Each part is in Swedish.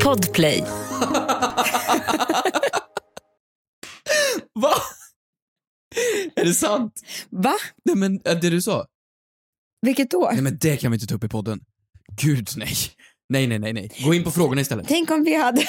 Podplay. Va? Är det sant? Va? Nej men, det du sa. Vilket då? Nej men det kan vi inte ta upp i podden. Gud, nej. Nej. Gå in på frågorna istället. Tänk om vi hade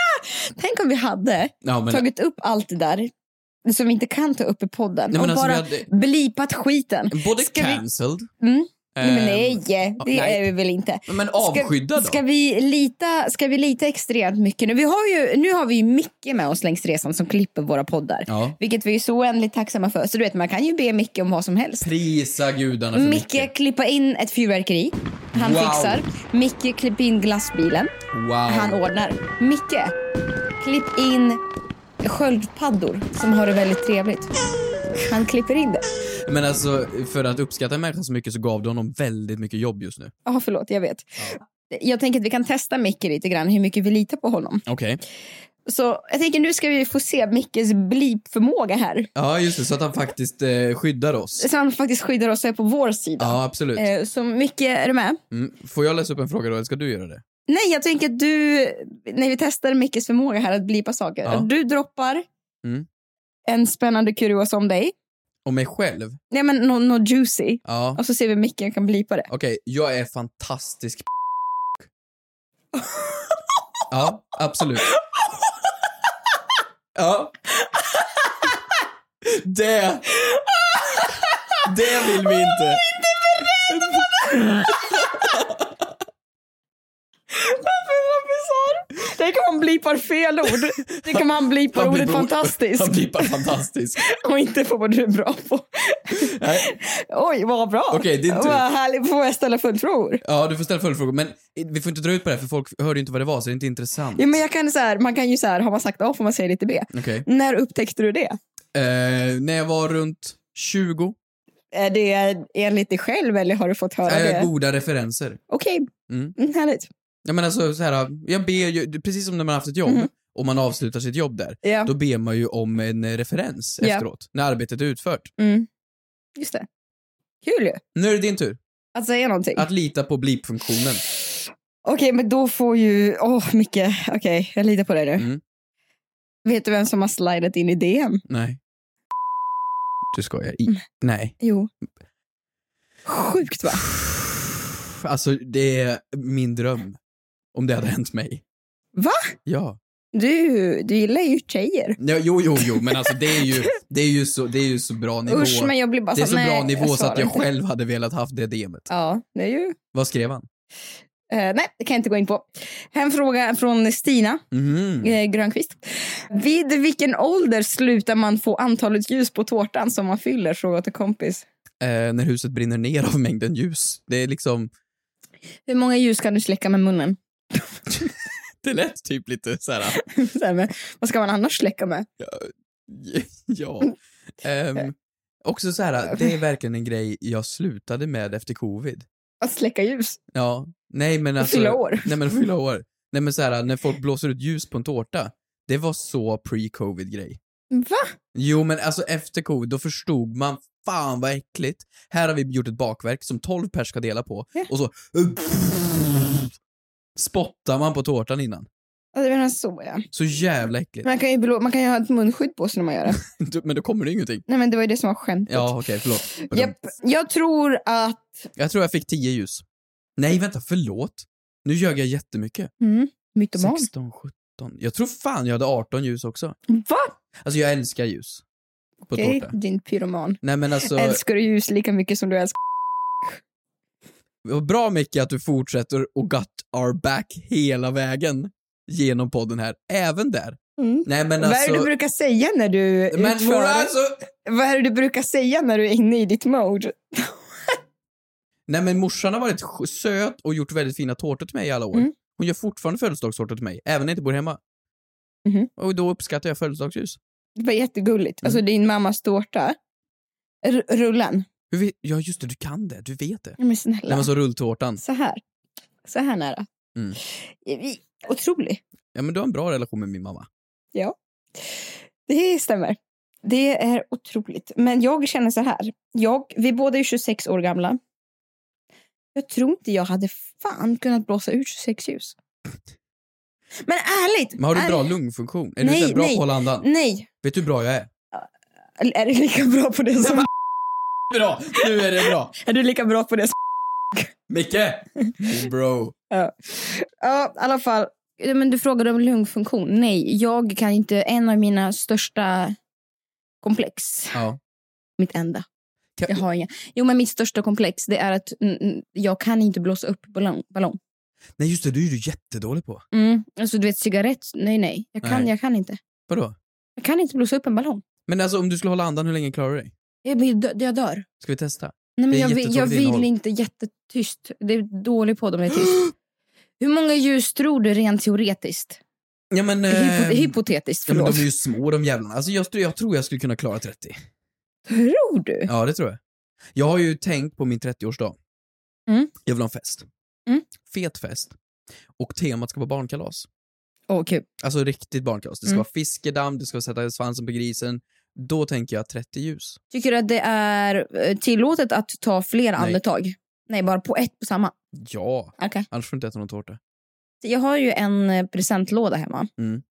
tagit upp allt det där som vi inte kan ta upp i podden. Nej, och alltså, bara blipat skiten. Både Ska cancelled. Nej, det är vi väl inte. Men avskydda då? Ska vi lita extremt mycket nu? Nu har vi ju Micke med oss längs resan som klipper våra poddar. Ja. Vilket vi är så oändligt tacksamma för. Så du vet, man kan ju be Micke om vad som helst. Prisa gudarna för Micke klippa in ett fyrverkeri. Han fixar. Micke klippa in glassbilen. Wow. Han ordnar. Micke, klipp in sköldpaddor som har det väldigt trevligt. Han klipper in det. Men alltså, för att uppskatta en människa så mycket så gav du honom väldigt mycket jobb just nu. Ja, förlåt, jag vet. Ja. Jag tänker att vi kan testa Micke lite grann, hur mycket vi litar på honom. Okej. Så jag tänker nu ska vi få se Mickes blipförmåga här. Ja, just det, så att han faktiskt skyddar oss. Så han faktiskt skyddar oss på vår sida. Ja, absolut. Så Micke, är du med? Får jag läsa upp en fråga då, eller ska du göra det? Nej, jag tänker att du, när vi testar Mickes förmåga här att blipa saker. Ja. Du droppar en spännande kuriosa om dig. Om mig själv? Nej, men något juicy. Ja. Och så ser vi Micke kan blipa det. Okej, jag är fantastisk. Ja, absolut. Ja. Det vill vi inte. Tänk om man blipar fel ord. Tänk om man blipar ordet fantastisk. Han blipar fantastisk. Och inte får vad du är bra på. Nej. Oj, vad bra. Okej, din tur. Vad härligt, får jag ställa följdfrågor? Ja, du får ställa följdfrågor. Men vi får inte dra ut på det här, för folk hörde inte vad det var, så det är inte intressant. Ja, men jag kan man kan ju så här, har man sagt A får man säga lite B. Okej. När upptäckte du det? När jag var runt 20. Är det enligt dig själv eller har du fått höra det? Goda referenser. Okej, härligt. Ja, men alltså så här, jag ber ju, precis som när man har haft ett jobb och man avslutar sitt jobb där, då ber man ju om en referens efteråt, när arbetet är utfört. Just det. Kul ju. Nu är det din tur. Att säga någonting. Att lita på blip-funktionen. Okej, men då får ju, mycket. Okej, jag litar på dig nu. Vet du vem som har slidat in i DM? Nej. Du skojar. Nej. Jo. Sjukt, va? Alltså, det är min dröm. Om det hade hänt mig. Va? Ja. Du gillar ju tjejer. Ja, jo, men alltså det är ju så bra nivå. Usch, men jag blir bara det är så bra nivå jag så att jag själv hade velat haft det DMet. Ja, det är ju. Vad skrev han? Nej, det kan jag inte gå in på. En fråga från Stina Grönqvist. Vid vilken ålder slutar man få antalet ljus på tårtan som man fyller? Fråga till kompis. När huset brinner ner av mängden ljus. Det är liksom... Hur många ljus kan du släcka med munnen? Det lät typ lite såhär... Vad ska man annars släcka med? Ja. Också såhär, det är verkligen en grej jag slutade med efter covid. Att släcka ljus? Ja. Nej, men alltså... Fylla år? Nej, men fylla år. Nej, men såhär, när folk blåser ut ljus på en tårta. Det var så pre-covid-grej. Va? Jo, men alltså efter covid, då förstod man, fan vad äckligt. Här har vi gjort ett bakverk som 12 pers ska dela på. Och så spottar man på tårtan innan. Ja, det menar så, ja. Så jävla äckligt. Man kan ju ha ett munskydd på sig när man gör det. Men då kommer det ingenting. Nej, men det var ju det som var skämtet. Ja, okej, förlåt. Japp, jag tror jag fick 10 ljus. Nej, vänta, förlåt. Nu ljög jag jättemycket. Mytoman. 16, 17. Jag tror fan jag hade 18 ljus också. Va? Alltså jag älskar ljus. På tårta. Din pyroman. Nej, men alltså... Älskar du ljus lika mycket som du älskar? Det var bra mycket att du fortsätter och got our back hela vägen genom podden här. Även där. Nej, men alltså... Vad är det du brukar säga när du Vad är det du brukar säga när du är inne i ditt mode? Nej, men morsan har varit söt och gjort väldigt fina tårtor till mig i alla år. Hon gör fortfarande födelsedagstårtor till mig, även när jag inte bor hemma. Och då uppskattar jag födelsedagsljus. Det var jättegulligt. Alltså din mammas tårta. Rullen. Ja, just det, du kan det. Du vet det. Men snälla. Det var så rulltårtan. Så här nära. Otrolig. Ja, men du har en bra relation med min mamma. Ja, det stämmer. Det är otroligt. Men jag känner så här. Vi båda är 26 år gamla. Jag tror inte jag hade fan kunnat blåsa ut 26 ljus. Men ärligt! Men har du bra lungfunktion? Är du så bra på att hålla andan? Nej. Vet du hur bra jag är? Är du lika bra på det som... Bra! Nu är det bra. Är du lika bra på det som... Micke! Bro. Ja, i alla fall. Men du frågade om lungfunktion. Nej, jag kan inte. En av mina största komplex. Ja. Mitt enda. Jag har inga. Jo, men mitt största komplex, det är att jag kan inte blåsa upp ballong. Nej, just det. Du är ju jättedålig på. Alltså, du vet, cigarett. Nej. Jag kan inte. Vadå? Jag kan inte blåsa upp en ballong. Men alltså, om du skulle hålla andan, hur länge klarar du dig? Jag dör. Ska vi testa? Nej, men jag vill inte jättetyst. Det är dålig på dem det är tyst. Hur många ljus tror du rent teoretiskt? Ja, men... Hypotetiskt, förlåt. Ja, men de är ju små, de jävlarna. Alltså, jag tror jag skulle kunna klara 30. Tror du? Ja, det tror jag. Jag har ju tänkt på min 30-årsdag. Jag vill ha en fest. Fet fest. Och temat ska vara barnkalas. Kul. Alltså riktigt barnkalas. Det ska vara fiskedamm, det ska sätta svansen på grisen. Då tänker jag 30 ljus. Tycker du att det är tillåtet att ta fler andetag? Nej, bara på samma. Ja, okay. Annars får du inte äta någon tårta. Jag har ju en presentlåda hemma.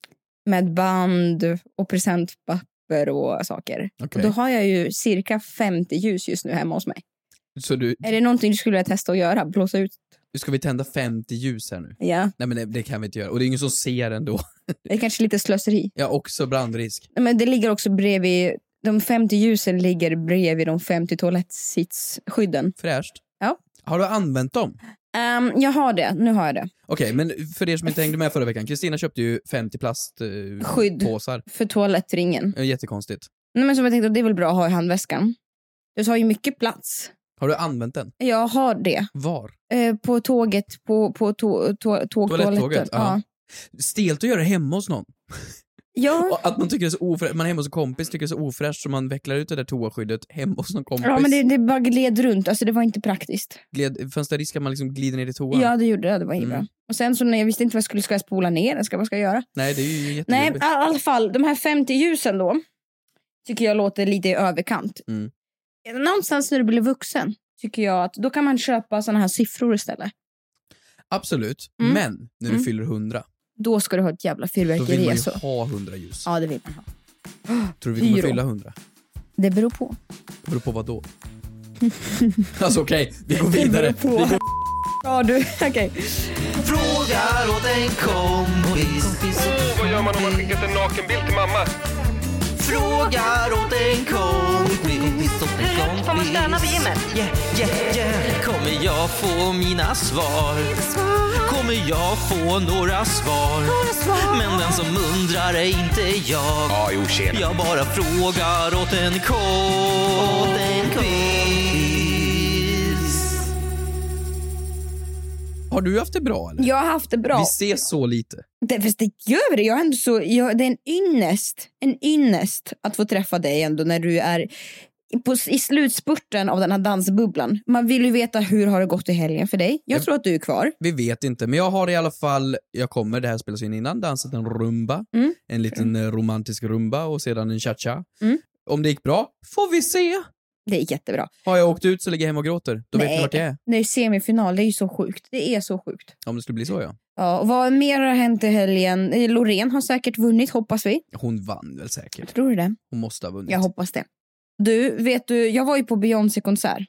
Med band och presentpapper och saker. Okay. Och då har jag ju cirka 50 ljus just nu hemma hos mig. Så är det någonting du skulle vilja testa att göra? Blåsa ut? Ska vi tända 50 ljus här nu? Ja. Nej, men det kan vi inte göra. Och det är ingen som ser ändå. Det är kanske lite slöseri. Ja, också brandrisk. Men det ligger också bredvid... De 50 ljusen ligger bredvid de 50 toalettsitsskydden. Fräscht. Ja. Har du använt dem? Jag har det. Nu har jag det. Okej, men för er som inte hängde med förra veckan. Kristina köpte ju 50 plastpåsar. För toalettringen. Jättekonstigt. Nej, men som jag tänkte, det är väl bra att ha i handväskan. Du har ju mycket plats. Har du använt den? Jag har det. Var? På tåget. På tågtoaletten. Ja. Stelt att göra det hemma hos någon. Ja. Och att man tycker det är så ofräscht. Man är hemma hos en kompis tycker det är så ofräscht så man vecklar ut det där toaskyddet hemma hos någon kompis. Ja, men det bara gled runt. Alltså det var inte praktiskt. Fanns det risk att man liksom glider ner i toan? Ja, det gjorde det. Det var inte bra. Och sen så när jag visste inte vad ska jag spola ner? Vad ska jag göra? Nej, det är ju jättejobbigt. Nej, i alla fall. De här 50 ljusen då tycker jag låter lite i överkant. Någonstans när du blir vuxen tycker jag att då kan man köpa såna här siffror istället. Absolut. Men när du fyller 100 då ska du ha ett jävla fyrverkeri. Då vill man ju ha 100 ljus. Ja, det vill man ha. Tror du vi kommer fylla 100? Det beror på. Det beror på vad då? Alltså okej, vi går vidare. Ja, du, okej. Frågar åt en kompis. Vad gör man om man skickat en nakenbild till mamma? Frågar åt en kompis. Får man stöna på gymmet? Yeah. Kommer jag få mina svar? Kommer jag få några svar? Men den som undrar är inte jag. Ja, jo, tjena. Jag bara frågar åt en kompis. Har du haft det bra eller? Jag har haft det bra. Vi ses så lite. Det gör det. Det är en ynnest att få träffa dig ändå när du är i slutspurten av den här dansbubblan. Man vill ju veta hur har det gått i helgen för dig. Jag tror att du är kvar. Vi vet inte, men jag har i alla fall, det här spelas in innan, dansat en rumba. En liten romantisk rumba och sedan en cha-cha. Om det gick bra, får vi se. Det är jättebra. Har jag åkt ut så ligger jag hemma och gråter. Då vet jag vart jag är. Nej, semifinal, det är ju så sjukt. Det är så sjukt. Om det skulle bli så, ja. Ja, och vad mer har hänt i helgen? Loreen har säkert vunnit, hoppas vi. Hon vann väl säkert. Tror du det? Hon måste ha vunnit. Jag hoppas det. Vet du, jag var ju på Beyoncé-konsert.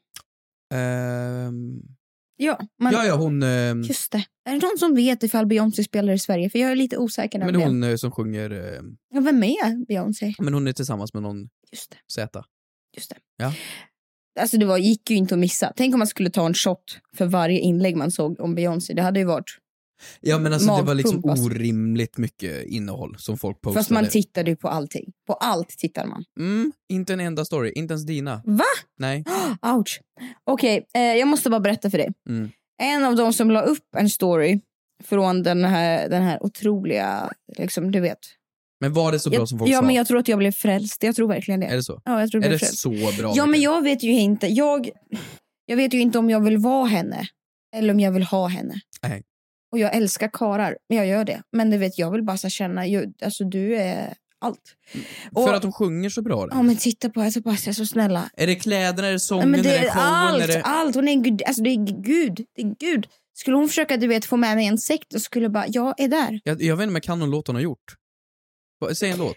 Ja, hon... Just det. Är det någon som vet ifall Beyoncé spelar i Sverige? För jag är lite osäker. Men hon som sjunger... Ja, vem är Beyoncé? Men hon är tillsammans med någon Z. Just det. Ja. Alltså gick ju inte att missa. Tänk om man skulle ta en shot för varje inlägg man såg om Beyoncé. Det hade ju varit... Ja, men alltså det var liksom orimligt mycket innehåll som folk postade. Fast man tittade ju på allting. På allt tittar man. Inte en enda story. Inte ens dina. Va? Nej. Ouch. Okej, jag måste bara berätta för dig. En av de som la upp en story från den här otroliga, liksom, du vet. Men var det så bra som folk sa? Ja, men jag tror att jag blev frälst. Jag tror verkligen det. Är det så? Ja, jag tror är det frälst. Så bra? Ja, men jag vet ju inte. Jag vet ju inte om jag vill vara henne. Eller om jag vill ha henne. Nej. Och jag älskar karar. Jag gör det. Men du vet, jag vill bara så känna. Alltså du är allt. För att hon sjunger så bra. Ja, men titta på henne. Jag är så snälla. Är det kläderna? Är det sången? Men det är det showen? allt. Hon är gud. Alltså det är Gud. Det är Gud. Skulle hon försöka, du vet, få med mig en sekt och skulle bara, jag är där. Jag vet inte om jag kan någon låt hon har gjort. Säg en låt.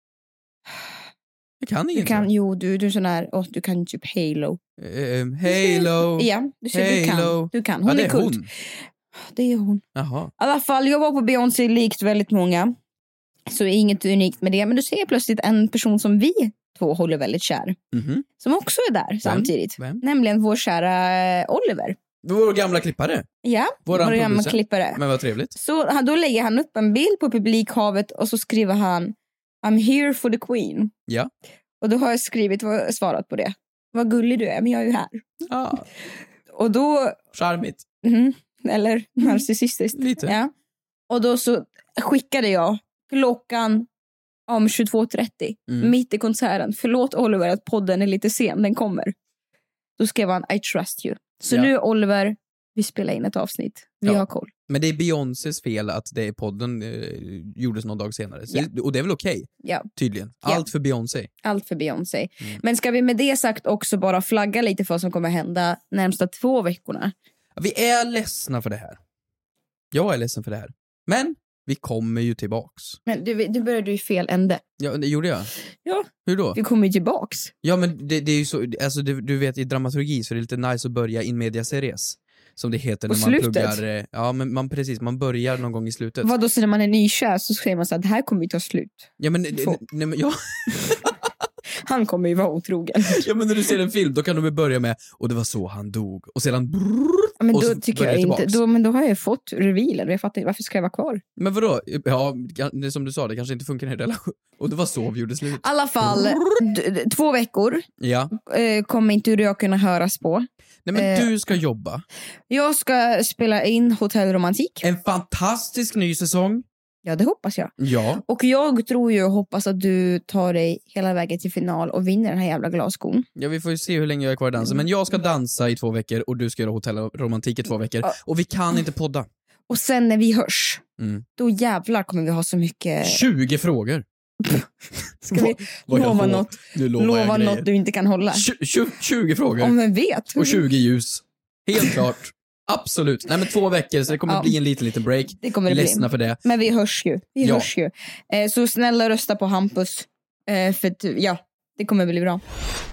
Jag kan ingen. Du är sån här, du kan typ Halo. Halo. Ja, du kan. Hon är kult. Hon. Det är hon. Jaha. I alla fall, jag var på Beyoncé likt väldigt många. Så inget unikt med det. Men du ser plötsligt en person som vi två håller väldigt kär. Mm-hmm. Som också är där samtidigt. Vem? Nämligen vår kära Oliver. Vår gamla klippare. Ja, vår gamla klippare. Men vad trevligt. Så då lägger han upp en bild på publikhavet och så skriver han I'm here for the queen. Ja. Och då har jag svarat på det. Vad gullig du är, men jag är ju här. Ah. Och då... Charmigt. Eller narcissistiskt. Lite. Ja. Och då så skickade jag klockan om 22:30 mitt i konserten. Förlåt Oliver att podden är lite sen, den kommer. Då skrev han I trust you. Så nu Oliver, vi spelar in ett avsnitt. Vi har koll. Men det är Beyoncés fel att det podden gjordes någon dag senare. Så och det är väl okej? Ja. Tydligen. Allt för Beyoncé. Allt för Beyoncé. Men ska vi med det sagt också bara flagga lite för vad som kommer hända närmsta 2 veckorna? Vi är ledsna för det här. Jag är ledsen för det här. Men vi kommer ju tillbaks. Men du började ju fel ände. Ja, det gjorde jag. Ja. Hur då? Vi kommer ju tillbaks. Ja, men det är ju så, alltså du vet i dramaturgi så är det lite nice att börja in media series. Som det heter när man pluggar. Ja, men man börjar någon gång i slutet. Vad då, så när man är nykär så säger man så att det här kommer ju ta slut. Ja, men nej, men han kommer ju vara otrogen. Ja, men när du ser en film då kan du börja med och det var så han dog och sedan men då och så tycker jag inte men då har jag fått revealen. Jag fattar inte, varför ska jag vara kvar? Men vadå? Ja, det som du sa, det kanske inte funkar i en relation. Och det var så vi gjorde slut. I alla fall 2 veckor. Ja. Kommer inte jag kunna höras på. Nej, men du ska jobba. Jag ska spela in Hotell Romantik. En fantastisk ny säsong. Ja, det hoppas jag. Ja. Och jag tror ju och hoppas att du tar dig hela vägen till final och vinner den här jävla glasskon. Ja, vi får ju se hur länge jag är kvar i dansen. Men jag ska dansa i 2 veckor och du ska göra Hotell Romantik i 2 veckor. Och vi kan inte podda. Och sen när vi hörs, då jävlar kommer vi ha så mycket... 20 frågor. Ska vi lova något? Lova något du inte kan hålla. 20 frågor. Om vem vet. Och 20 ljus. Helt klart. Absolut. Nej, men 2 veckor så det kommer bli en liten break. Det kommer det ledsna bli. För det. Men vi hörs ju. Så snälla rösta på Hampus. För att, det kommer bli bra.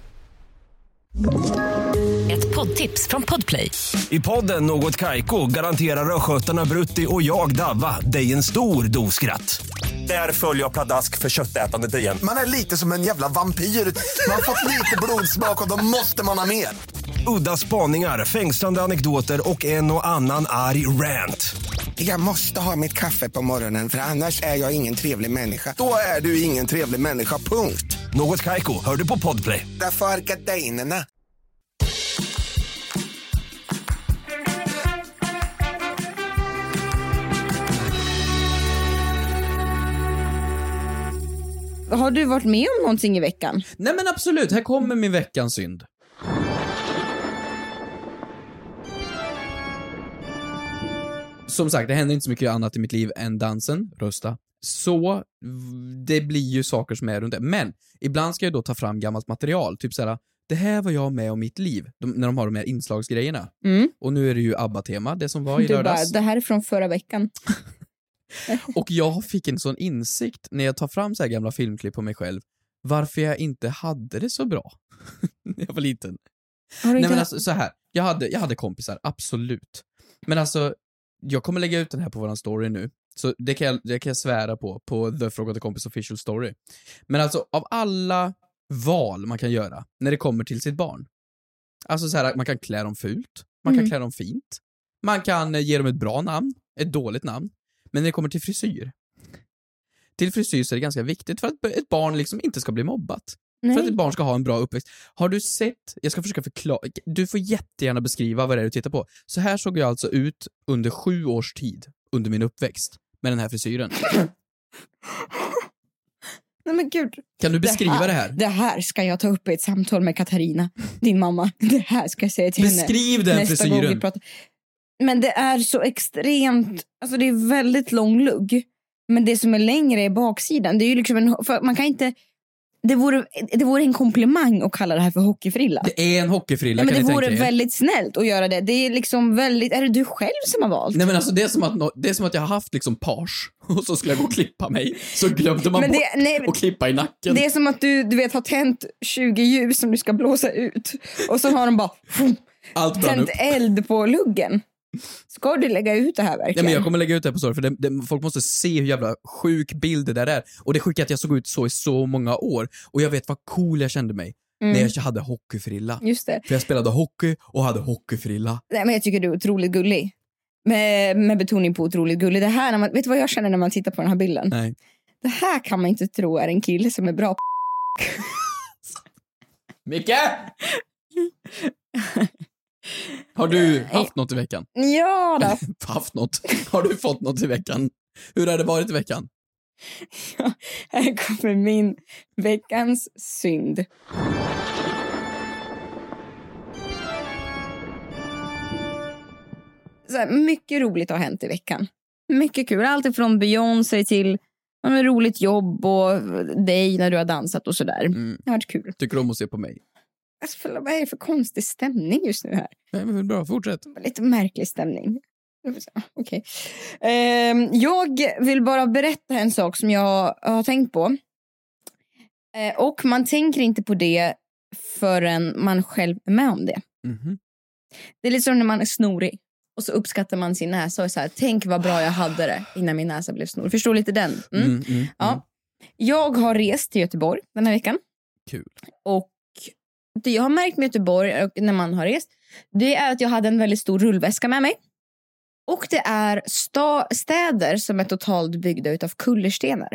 Ett poddtips från Podplay. I podden Något Kaiko garanterar röskötarna Brutti och jag Davva dig en stor doskratt. Där följer jag pladask för köttätandet igen. Man är lite som en jävla vampyr. Man har fått lite blodsmak och då måste man ha mer. Udda spaningar, fängslande anekdoter och en och annan arg rant. Jag måste ha mitt kaffe på morgonen för annars är jag ingen trevlig människa. Då är du ingen trevlig människa, punkt. Något Kaiko, hör du på Podplay. Därför är gardinerna. Har du varit med om någonting i veckan? Nej, men absolut, här kommer min veckans synd. Som sagt, det händer inte så mycket annat i mitt liv än dansen, rösta. Så det blir ju saker som är runt det. Men ibland ska jag då ta fram gammalt material. Typ såhär, det här var jag med om mitt liv. När de har de här inslagsgrejerna. Och nu är det ju ABBA-tema, det som var i lördags. Det här är från förra veckan. Och jag fick en sån insikt när jag tar fram så här gamla filmklipp på mig själv. Varför jag inte hade det så bra. När jag var liten. Nej, men alltså så här. Jag hade kompisar, absolut. Men alltså, jag kommer lägga ut den här på våran story nu. Så det kan jag svära på The Fråga till Kompis official story. Men alltså, av alla val man kan göra när det kommer till sitt barn. Alltså så här, man kan klä dem fult. Man kan klä dem fint. Man kan ge dem ett bra namn, ett dåligt namn. Men när det kommer till frisyr. Till frisyr så är det ganska viktigt för att ett barn liksom inte ska bli mobbat. Nej. För att ett barn ska ha en bra uppväxt. Har du sett, jag ska försöka förklara, du får jättegärna beskriva vad det är du tittar på. Så här såg jag alltså ut under 7 års tid under min uppväxt med den här frisyren. Nej men gud. Kan du beskriva det här? Det här ska jag ta upp i ett samtal med Katarina, din mamma. Det här ska jag säga till henne. Beskriv den nästa frisyren. Gång vi pratar. Men det är så extremt, alltså det är väldigt lång lugg. Men det som är längre är baksidan. Det är ju liksom för man kan inte, det vore en komplimang att kalla det här för hockeyfrilla. Det är en hockeyfrilla, men kan det ni vore tänka er. väldigt snällt att göra det. Det är liksom väldigt... Är det du själv som har valt? Nej men alltså det är som att jag har haft liksom page och så skulle jag gå och klippa mig. Så glömde man bort att klippa i nacken. Det är som att du vet har tänt 20 ljus som du ska blåsa ut. Och så har de bara tänt eld på luggen. Ska du lägga ut det här verkligen? Nej men jag kommer lägga ut det här på story för folk måste se hur jävla sjuk bild det där är. Och det är sjukt att jag såg ut så i så många år. Och jag vet vad cool jag kände mig när jag hade hockeyfrilla. Just det. För jag spelade hockey och hade hockeyfrilla. Nej men jag tycker du är otroligt gullig. Med betoning på otroligt gullig. Det här, vet du vad jag känner när man tittar på den här bilden? Nej. Det här kan man inte tro är en kille som är bra på Micke! Har du haft något i veckan? Ja då. Haft något? Har du fått något i veckan? Hur har det varit i veckan? Ja, här kommer min veckans synd. Så här, mycket roligt har hänt i veckan. Mycket kul. Allt ifrån Beyoncé till roligt jobb och dig när du har dansat och sådär. Det har varit kul. Tycker du om att se på mig? Alltså, vad är det för konstig stämning just nu här? Nej, men bra, fortsätt. Lite märklig stämning. Okej. Jag vill bara berätta en sak som jag har tänkt på. Och man tänker inte på det förrän man själv är med om det. Mm-hmm. Det är lite som när man är snorig. Och så uppskattar man sin näsa och så här, tänk vad bra jag hade det innan min näsa blev snorig. Förstår lite den? Ja. Jag har rest till Göteborg den här veckan. Kul. Och det jag har märkt med Göteborg och när man har rest, det är att jag hade en väldigt stor rullväska med mig. Och det är städer som är totalt byggda utav kullerstenar.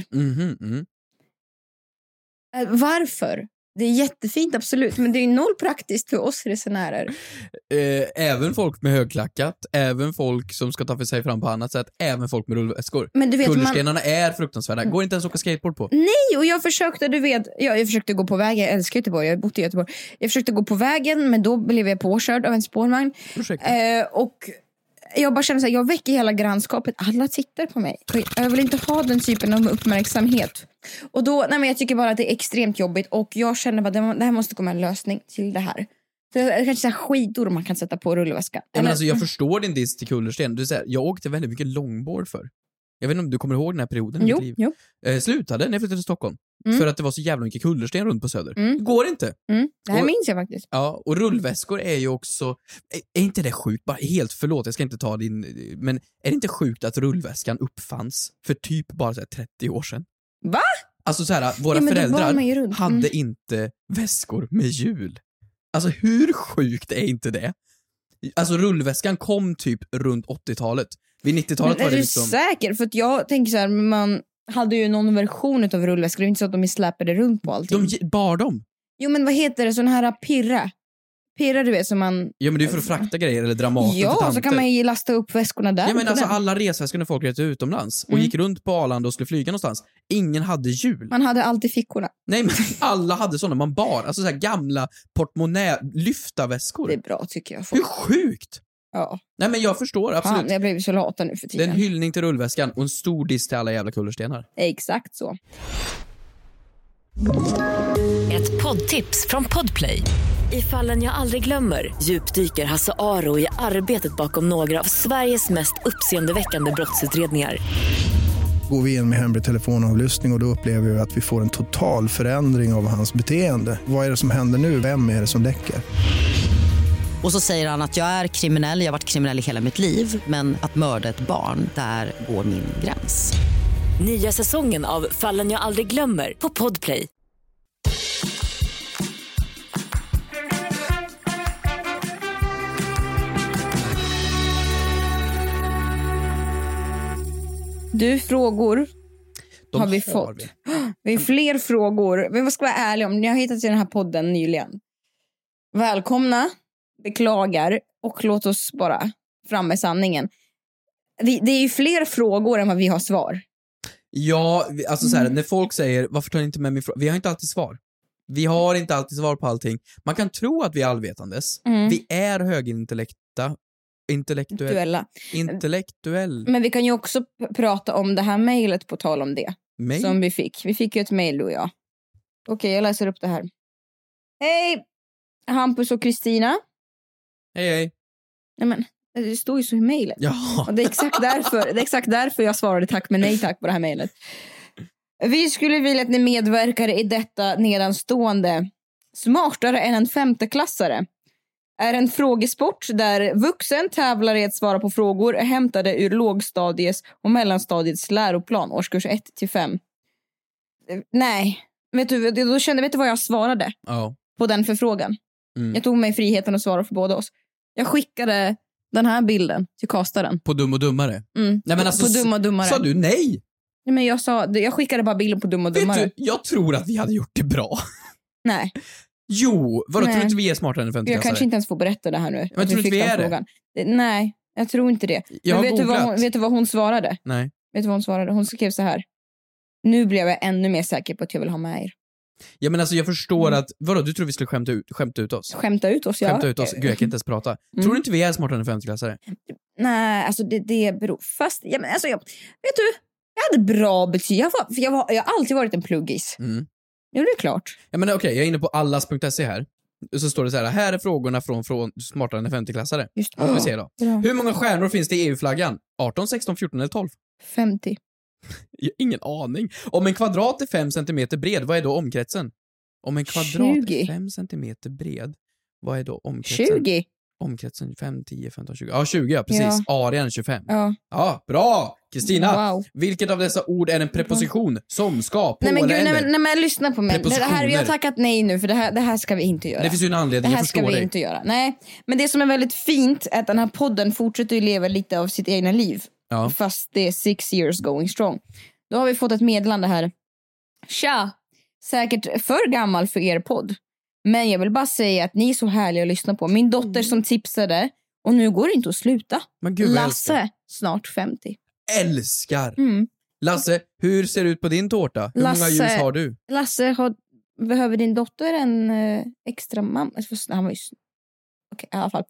Varför? Det är jättefint, absolut. Men det är noll praktiskt för oss resenärer. Även folk med högklackat, även folk som ska ta för sig fram på annat sätt, även folk med rullväskor. Men du vet, kullerstenarna är fruktansvärda. Går inte ens att åka skateboard på. Nej, och jag försökte, du vet, jag försökte gå på vägen. Jag älskar Göteborg, jag har bott i Göteborg. Jag försökte gå på vägen, men då blev jag påkörd av en spårvagn. Och jag bara känner så här, jag väcker hela grannskapet. Alla tittar på mig. Jag vill inte ha den typen av uppmärksamhet. Och då, nej men jag tycker bara att det är extremt jobbigt. Och jag känner bara, det här måste komma en lösning till det här. Så det är kanske så här skidor man kan sätta på rullväska. Ja, men alltså, jag förstår din diss till kullersten. Du säger, jag åkte väldigt mycket longboard för. Jag vet inte om du kommer ihåg den här perioden i mitt liv. Jo. Slutade när jag flyttade till Stockholm. För att det var så jävla mycket kullersten runt på Söder. Det går inte. Det här minns jag faktiskt. Ja, och rullväskor är ju också... Är inte det sjukt? Bara helt förlåt, jag ska inte ta din... Men är det inte sjukt att rullväskan uppfanns för typ bara så här 30 år sedan? Va? Alltså så här, våra föräldrar hade inte väskor med hjul. Alltså hur sjukt är inte det? Alltså rullväskan kom typ runt 80-talet. Vid 90-talet var det liksom... Är du säker? För att jag tänker så här, man hade ju någon version av rullväskor. Det är inte så att de släpade runt på allting. De bar dem. Jo, men vad heter det? Sån här pirra. Pirra, du vet, som man... Ja, men det är för att frakta grejer eller dramater. Ja, så kan man ju lasta upp väskorna där. Ja, men alltså alla resväskor när folk reste utomlands och gick runt på Arlanda och skulle flyga någonstans. Ingen hade hjul. Man hade alltid fickorna. Nej, men alla hade sådana man bar. Alltså så här gamla portmonnä-lyfta väskor. Det är bra, tycker jag. Hur sjukt! Ja. Nej, men jag förstår, absolut. Fan, jag blev så lata nu för tiden. Det är en hyllning till rullväskan och en stor diss till alla jävla kullerstenar. Exakt så. Ett poddtips från Podplay. I Fallen jag aldrig glömmer djupdyker Hasse Aro i arbetet bakom några av Sveriges mest uppseendeväckande brottsutredningar. Går vi in med hemlig telefonavlyssning och då upplever vi att vi får en total förändring av hans beteende. Vad är det som händer nu? Vem är det som läcker? Och så säger han att jag är kriminell, jag har varit kriminell i hela mitt liv. Men att mörda ett barn, där går min gräns. Nya säsongen av Fallen jag aldrig glömmer på Podplay. Du, frågor har vi fått. Vi har fler frågor. Vi ska vara ärliga om. Ni har hittat i den här podden nyligen. Välkomna, beklagar och låt oss bara fram med sanningen. Det är ju fler frågor än vad vi har svar. Ja, alltså så här, när folk säger varför tar ni inte med min fråga? Vi har inte alltid svar. Vi har inte alltid svar på allting. Man kan tro att vi är allvetandes. Vi är högintellektuella. Intellektuell. Men vi kan ju också prata om det här mejlet på tal om det. Mail? Som vi fick. Vi fick ju ett mejl, och jag. Okej, jag läser upp det här. Hej, Hampus och Kristina. Hej. Nej, men det står ju så i mejlet. Ja. Och det är exakt därför jag svarade tack men nej tack på det här mejlet. Vi skulle vilja att ni medverkar i detta nedanstående. Smartare än en femteklassare. Är en frågesport där vuxen tävlar i att svara på frågor hämtade ur lågstadiets och mellanstadiets läroplan, årskurs 1-5. Nej, vet du vad jag svarade på den förfrågan? Jag tog mig friheten att svara för båda oss. Jag skickade den här bilden till kastaren. På Dum och Dummare? Nej, men alltså, på Dum och Dummare. Sa du nej? Nej, men jag skickade bara bilden på Dum och Dummare. Vet du, jag tror att vi hade gjort det bra. Nej. Jo, vadå, tror du inte vi är smartare än 50-klassare? Jag kanske inte ens får berätta det här nu. Men tror du inte vi är det? Nej, jag tror inte det. Men vet du vad hon svarade? Nej. Vet du vad hon svarade? Hon skrev så här. Nu blev jag ännu mer säker på att jag vill ha med er. Ja, men alltså jag förstår att, vadå, du tror vi skulle skämta ut oss? Skämta ut oss, ja. Skämta ut oss, gud jag kan inte ens prata. Tror du inte vi är smartare än 50-klassare? Nej, alltså det beror fast, ja, men alltså vet du, jag hade bra betyg. Jag har alltid varit en pluggis. Ja, det är klart. Ja, men okej, jag är inne på allas.se här. Så står det så här är frågorna från smartare än 50-klassare. Just vad ska vi se då? Ja. Hur många stjärnor finns det i EU-flaggan? 18, 16, 14 eller 12? 50. Jag har ingen aning. Om en kvadrat är 5 centimeter bred, vad är då omkretsen? Om en kvadrat 20. är 5 centimeter bred, vad är då omkretsen? 20. Omkretsen 5, 10, 15, 20. Ja, 20, ja, precis. Ja. Arean 25. Ja, bra! Kristina, wow. Vilket av dessa ord är en preposition? Som, ska, på nej, men eller gud, eller? Nej, men lyssna på mig. Det här, jag har tackat nej nu, för det här ska vi inte göra. Det finns ju en anledning, jag förstår det. Det här ska vi inte göra. Nej, men det som är väldigt fint är att den här podden fortsätter att leva lite av sitt egna liv. Ja. Fast det är 6 years going strong. Då har vi fått ett meddelande här. Tja, säkert för gammal för er podd. Men jag vill bara säga att ni är så härliga att lyssna på. Min dotter som tipsade, och nu går det inte att sluta. Men gud, Lasse, snart 50. Älskar! Lasse, hur ser det ut på din tårta? Hur många ljus har du? Lasse, behöver din dotter en extra mamma? Han var ju... Okej, i alla fall.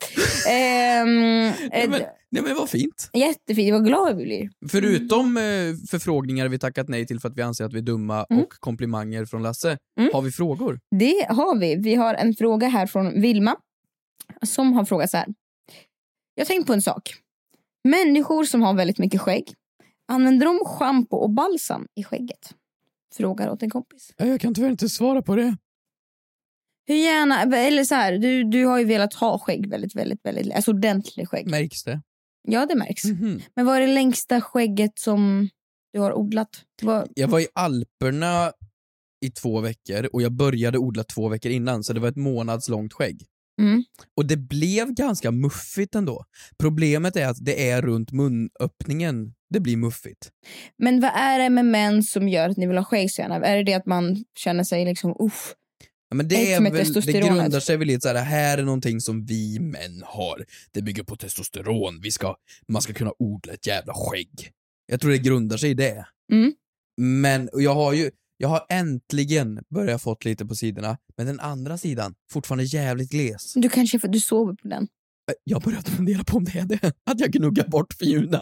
Nej, men vad fint. Jättefint, vad glad vi blir. Förutom förfrågningar vi tackat nej till för att vi anser att vi är dumma och komplimanger från Lasse, har vi frågor? Det har vi. Vi har en fråga här från Vilma som har frågat så här. Jag tänkte på en sak. Människor som har väldigt mycket skägg, använder de shampoo och balsam i skägget? Frågar åt en kompis. Jag kan tyvärr inte svara på det. Hur gärna, eller så här, du har ju velat ha skägg väldigt, alltså ordentligt skägg. Märks det? Ja, det märks. Men vad är det längsta skägget som du har odlat? Jag var i Alperna i 2 veckor och jag började odla 2 veckor innan, så det var ett månadslångt skägg. Och det blev ganska muffigt ändå. Problemet är att det är runt munöppningen det blir muffigt. Men vad är det med män som gör att ni vill ha skägg så gärna? Är det att man känner sig liksom ja, men det är väl, det grundar sig väl i att här är någonting som vi män har. Det bygger på testosteron. Man ska kunna odla ett jävla skägg. Jag tror det grundar sig i det. Men jag har äntligen börjat fått lite på sidorna, men den andra sidan fortfarande jävligt gles. Du sover på den. Jag började fundera på om det är det. Att jag gnuggar bort fjuna.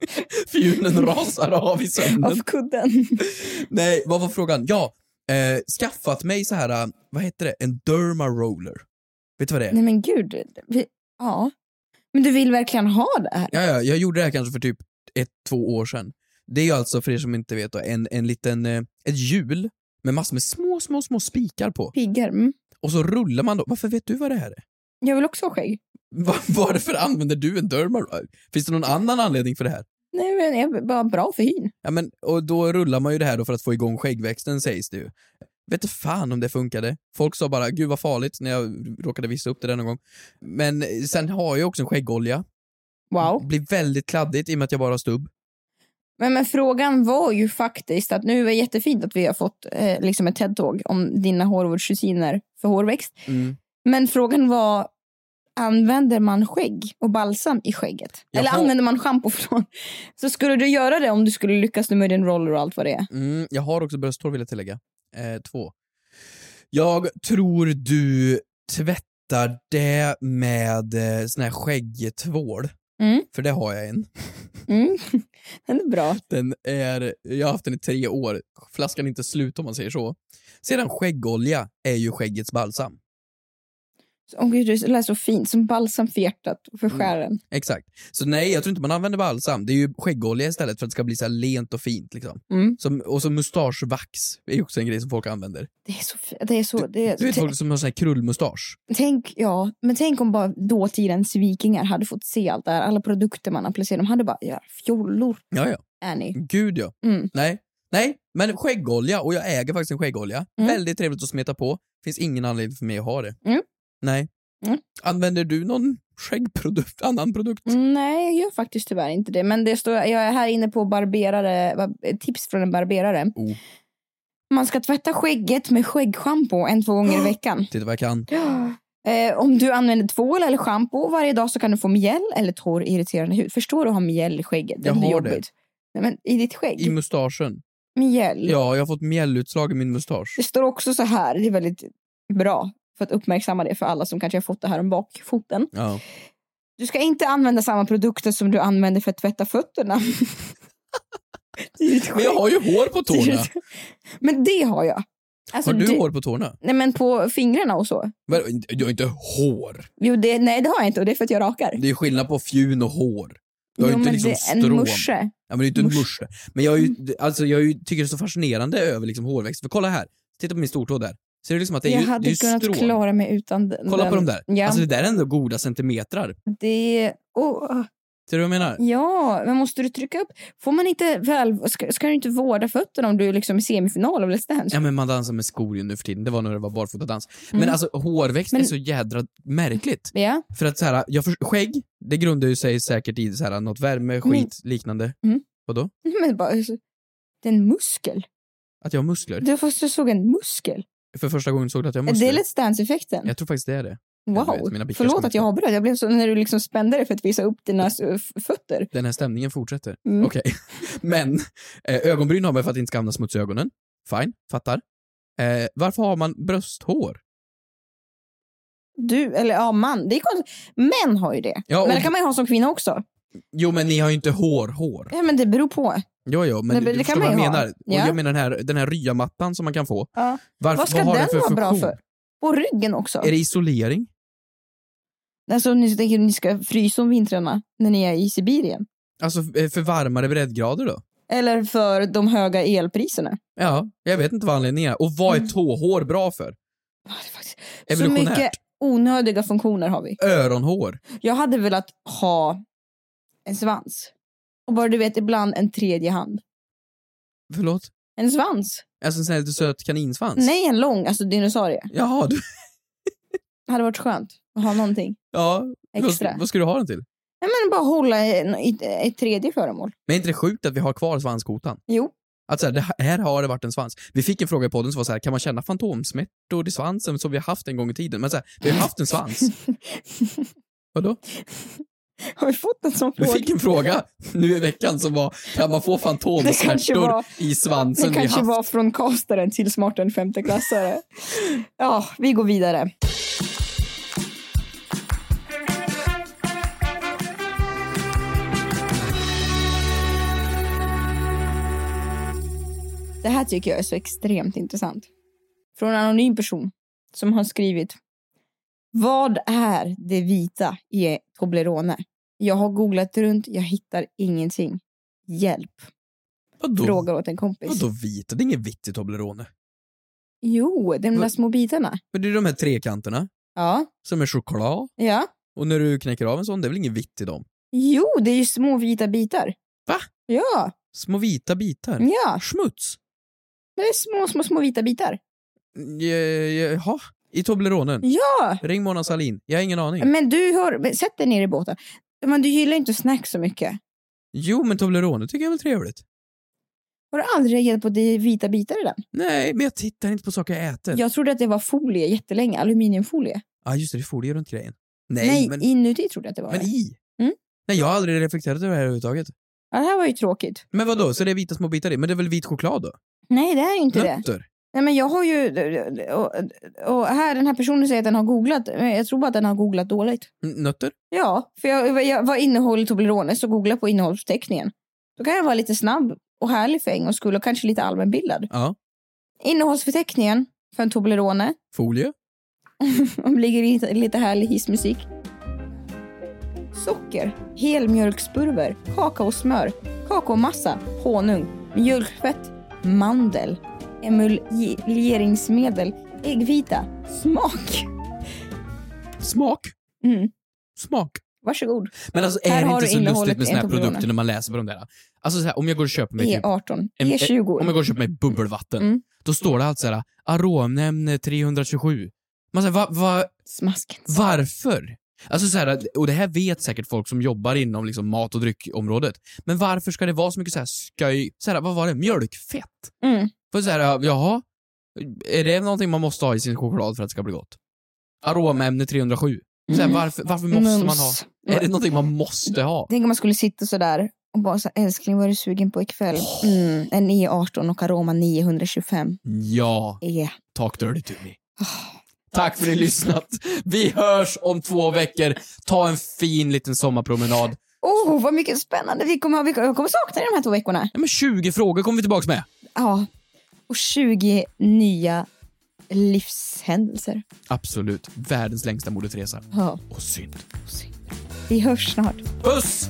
Fjunen rasar av i sömnen. Av kudden. Nej, vad var frågan? Ja, skaffat mig så här, vad heter det? En derma roller. Vet du vad det är? Nej men gud. Ja. Men du vill verkligen ha det här? Ja, jag gjorde det här kanske för typ 1-2 år sedan. Det är ju alltså, för er som inte vet, en liten, ett hjul med massor med små spikar på. Piggar. Och så rullar man då. Varför vet du vad det här är? Jag vill också ha skägg. Varför använder du en derma? Finns det någon annan anledning för det här? Nej, men det är bara bra för hyn. Ja, men och då rullar man ju det här då för att få igång skäggväxten, sägs det ju. Vet du fan om det funkade. Folk sa bara, gud vad farligt, när jag råkade visa upp det någon gång. Men sen har jag också en skäggolja. Wow. Det blir väldigt kladdigt i och med att jag bara har stubb. Men frågan var ju faktiskt att nu är det jättefint att vi har fått liksom ett TED-tåg om dina hårvårdsrutiner för hårväxt. Men frågan var, använder man skägg och balsam i skägget? Eller använder man shampoo från? Så skulle du göra det om du skulle lyckas med din roller och allt vad det är? Jag har också brösthår, vill jag tillägga. 2. Jag tror du tvättar det med sån här skäggtvål. För det har jag en. Den är bra. Jag har haft den i 3 år. Flaskan är inte slut om man säger så. Sedan skäggolja är ju skäggets balsam. Åh gud, det lät så fint. Som balsam för hjärtat och för skären. Exakt. Så nej, jag tror inte man använder balsam. Det är ju skäggolja istället för att det ska bli så här lent och fint liksom. Och så mustaschvax är ju också en grej som folk använder. Du vet folk som har sån här krullmustasch. Tänk om bara dåtidens vikingar hade fått se allt det här. Alla produkter man applicerar, de hade bara fjollor. Ja. Är ni? Gud ja. Nej, men skäggolja, och jag äger faktiskt en skäggolja. Väldigt trevligt att smeta på. Finns ingen anledning för mig att ha det. Nej. Använder du någon skäggprodukt, annan produkt? Nej, jag gör faktiskt tyvärr inte det. Men jag är här inne på tips från en barberare. Man ska tvätta skägget med skäggschampo 1-2 gånger i veckan. Titta vad jag kan. Om du använder tvål eller schampo varje dag så kan du få mjäll eller torr irriterande hud. Förstår du att ha mjäll i skägget? Jag har det. Nej, men i ditt skägg? I mustaschen. Mjäll? Ja, jag har fått mjällutslag i min mustasch. Det står också så här, det är väldigt bra för att uppmärksamma det för alla som kanske har fått det här om bakfoten. Ja. Du ska inte använda samma produkter som du använder för att tvätta fötterna. Men jag har ju hår på tårna. Men det har jag. Alltså, har du hår på tårna? Nej, men på fingrarna och så. Men, du har inte hår. Jo, det har jag inte, och det är för att jag rakar. Det är skillnad på fjun och hår. Du har ju inte liksom strån. En musche. Ja, men det är inte en musche. Men jag tycker det är så fascinerande över liksom hårväxt. För kolla här, titta på min stortå där. Så det är liksom att det är jag ju, hade det är kunnat strån. klara mig utan Kolla på dem där. Ja. Alltså det där är ändå goda centimetrar. Ser du vad jag menar? Ja, men måste du trycka upp? Får man inte väl, ska du inte vårda fötterna om du liksom är semifinal av Let's Dance? Ja, men man dansar med skor ju nu för tiden. Det var när det var barfotadans. Men alltså hårväxt är så jädra märkligt. Ja. För att så här, skägg, det grundar ju sig säkert i så här något värme, skit, liknande. Vadå? Men bara, det är en muskel. Att jag har muskler? Du först såg en muskel. För första gången såg du att jag har muskler? Det är Let's Dance-effekten. Jag tror faktiskt det är det. Wow, förlåt att jag har bröd. Jag blev så när du liksom spände dig för att visa upp dina fötter. Den här stämningen fortsätter. Okej. Men ögonbryn har man för att inte ska hamna smuts i ögonen. Fine, fattar. Varför har man brösthår? Man. Det är konstigt. Män har ju det. Ja, men det kan man ju ha som kvinna också. Jo, men ni har ju inte hår. Ja, men det beror på. Jo, men det du förstår vad jag menar. Ja. Och jag menar den här ryamattan som man kan få. Ja. Vad ska vad den vara bra för? På ryggen också. Är det isolering? Alltså ni tänker att ni ska frysa om vintrarna när ni är i Sibirien? Alltså för varmare breddgrader då? Eller för de höga elpriserna? Ja, jag vet inte vad anledningen är. Och vad är tåhår bra för? Det är faktiskt så mycket onödiga funktioner har vi. Öronhår. Jag hade velat ha en svans. Och bara du vet, ibland en tredje hand. Förlåt? En svans. Alltså en sån här lite söt kaninsvans? Nej, en lång, alltså dinosaurie. Jaha, du... Det hade varit skönt att ha någonting. Ja, extra. Vad ska du ha den till? Ja, men bara hålla ett tredje föremål. Men är inte det sjukt att vi har kvar svanskotan? Jo. Alltså det här har det varit en svans. Vi fick en fråga i podden som var så här: kan man känna fantomsmärtor i svansen som vi har haft en gång i tiden? Men så här, vi har haft en svans. Vadå? Har vi fått en sån fråga? Vi fick en fråga nu i veckan som var: kan man få fantomsmärtor i svansen? Det kanske var från castaren till smartare än femteklassare. Ja, vi går vidare. Det här tycker jag är så extremt intressant. Från en anonym person som har skrivit: vad är det vita i Toblerone? Jag har googlat runt, jag hittar ingenting. Hjälp. Vadå? Frågar åt en kompis. Vadå vita? Det är inget vitt i Toblerone. Jo, de där små bitarna. Men det är de här trekanterna. Ja. Som är choklad. Ja. Och när du knäcker av en sån, det är väl inget vitt i dem? Jo, det är ju små vita bitar. Va? Ja. Små vita bitar? Ja. Smuts? Det är små vita bitar. Jaha, i Tobleronen? Ja. Ring Mona Sahlin, jag har ingen aning. Men sätt dig ner i båten. Men du gillar inte snack så mycket. Jo, men Toblerone tycker jag är väl trevligt. Har du aldrig reagerat på att det är vita bitar i den? Nej, men jag tittar inte på saker jag äter. Jag trodde att det var folie jättelänge, aluminiumfolie. Ja, just det är folie runt grejen. Nej, men inuti trodde jag att det var. Men i? Mm? Nej, jag har aldrig reflekterat över det här överhuvudtaget. Ja, det här var ju tråkigt. Men vadå, så det är vita små bitar i? Men det är väl vit choklad då? Nej, det är ju inte Nötter. Det. Nej, men jag har ju... Och här, den här personen säger att den har googlat. Jag tror bara att den har googlat dåligt. Nötter? Ja, för jag var innehåll i Toblerone så googlade på innehållsförteckningen. Då kan jag vara lite snabb och härlig för en gångs skull och kanske lite allmänbildad. Ja. Innehållsförteckningen för en Toblerone. Folie. Om ligger i lite härlig hissmusik. Socker, helmjölkspulver, kakaosmör, kakaomassa, honung, mjölkfett, mandel, emulgeringsmedel, äggvita, smak. Smak? Smak. Varsågod. Men alltså är det inte så lustigt med såna här produkter när man läser på de där? Alltså så här, om jag går och köper mig E18, E20. Om jag går och köper mig bubbelvatten, då står det alltså så här, aromnämne 327. Man säger, Smasken. Varför? Alltså så här, och det här vet säkert folk som jobbar inom liksom mat- och dryckområdet. Men varför ska det vara så mycket så här sköj? Så här, vad var det? Mjölkfett? För så här, jaha, är det någonting man måste ha i sin choklad för att det ska bli gott? Aromämne 307. Så här, varför måste man ha? Är det någonting man måste ha? Tänk om man skulle sitta så där och bara så, älskling, vad är du sugen på ikväll? En E18 och aroma 925. Ja, talk dirty to me. Tack för att ni lyssnat. Vi hörs om 2 veckor. Ta en fin liten sommarpromenad. Vad mycket spännande. Jag kommer sakna de här 2 veckorna. Ja, men 20 frågor kommer vi tillbaka med. Ja, och 20 nya livshändelser. Absolut. Världens längsta modetresor. Ja. Och synd. Vi hörs snart. Puss!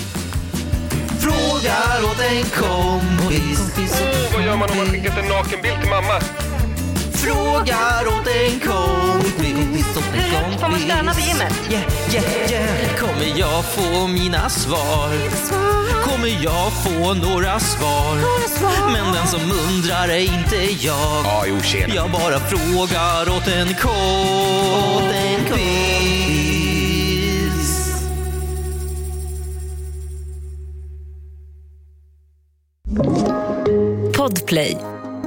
Frågar åt en kompis. Vad gör man om man skickat en nakenbild till mamma? Frågar åt en kompis. Får man stöna på gymmet? Kommer jag få mina svar? Kommer jag få några svar? Men den som undrar är inte jag. Jag bara frågar åt en kompis. Podplay.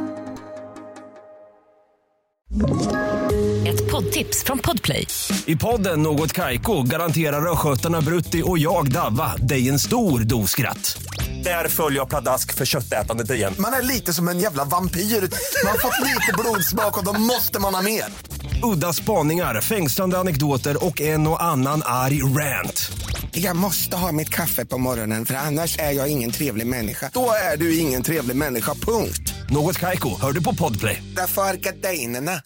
Ett poddtips från Podplay. I podden Något Kaiko garanterar röskötarna Brutti och jag Davva dig en stor doskratt. Där följer jag pladask för köttätandet igen. Man är lite som en jävla vampyr. Man har fått lite blodsmak och då måste man ha mer. Udda spaningar, fängslande anekdoter och en och annan arg rant. Jag måste ha mitt kaffe på morgonen för annars är jag ingen trevlig människa. Då är du ingen trevlig människa, punkt. Något Kaiko, hör du på Podplay. Därför är gardinerna.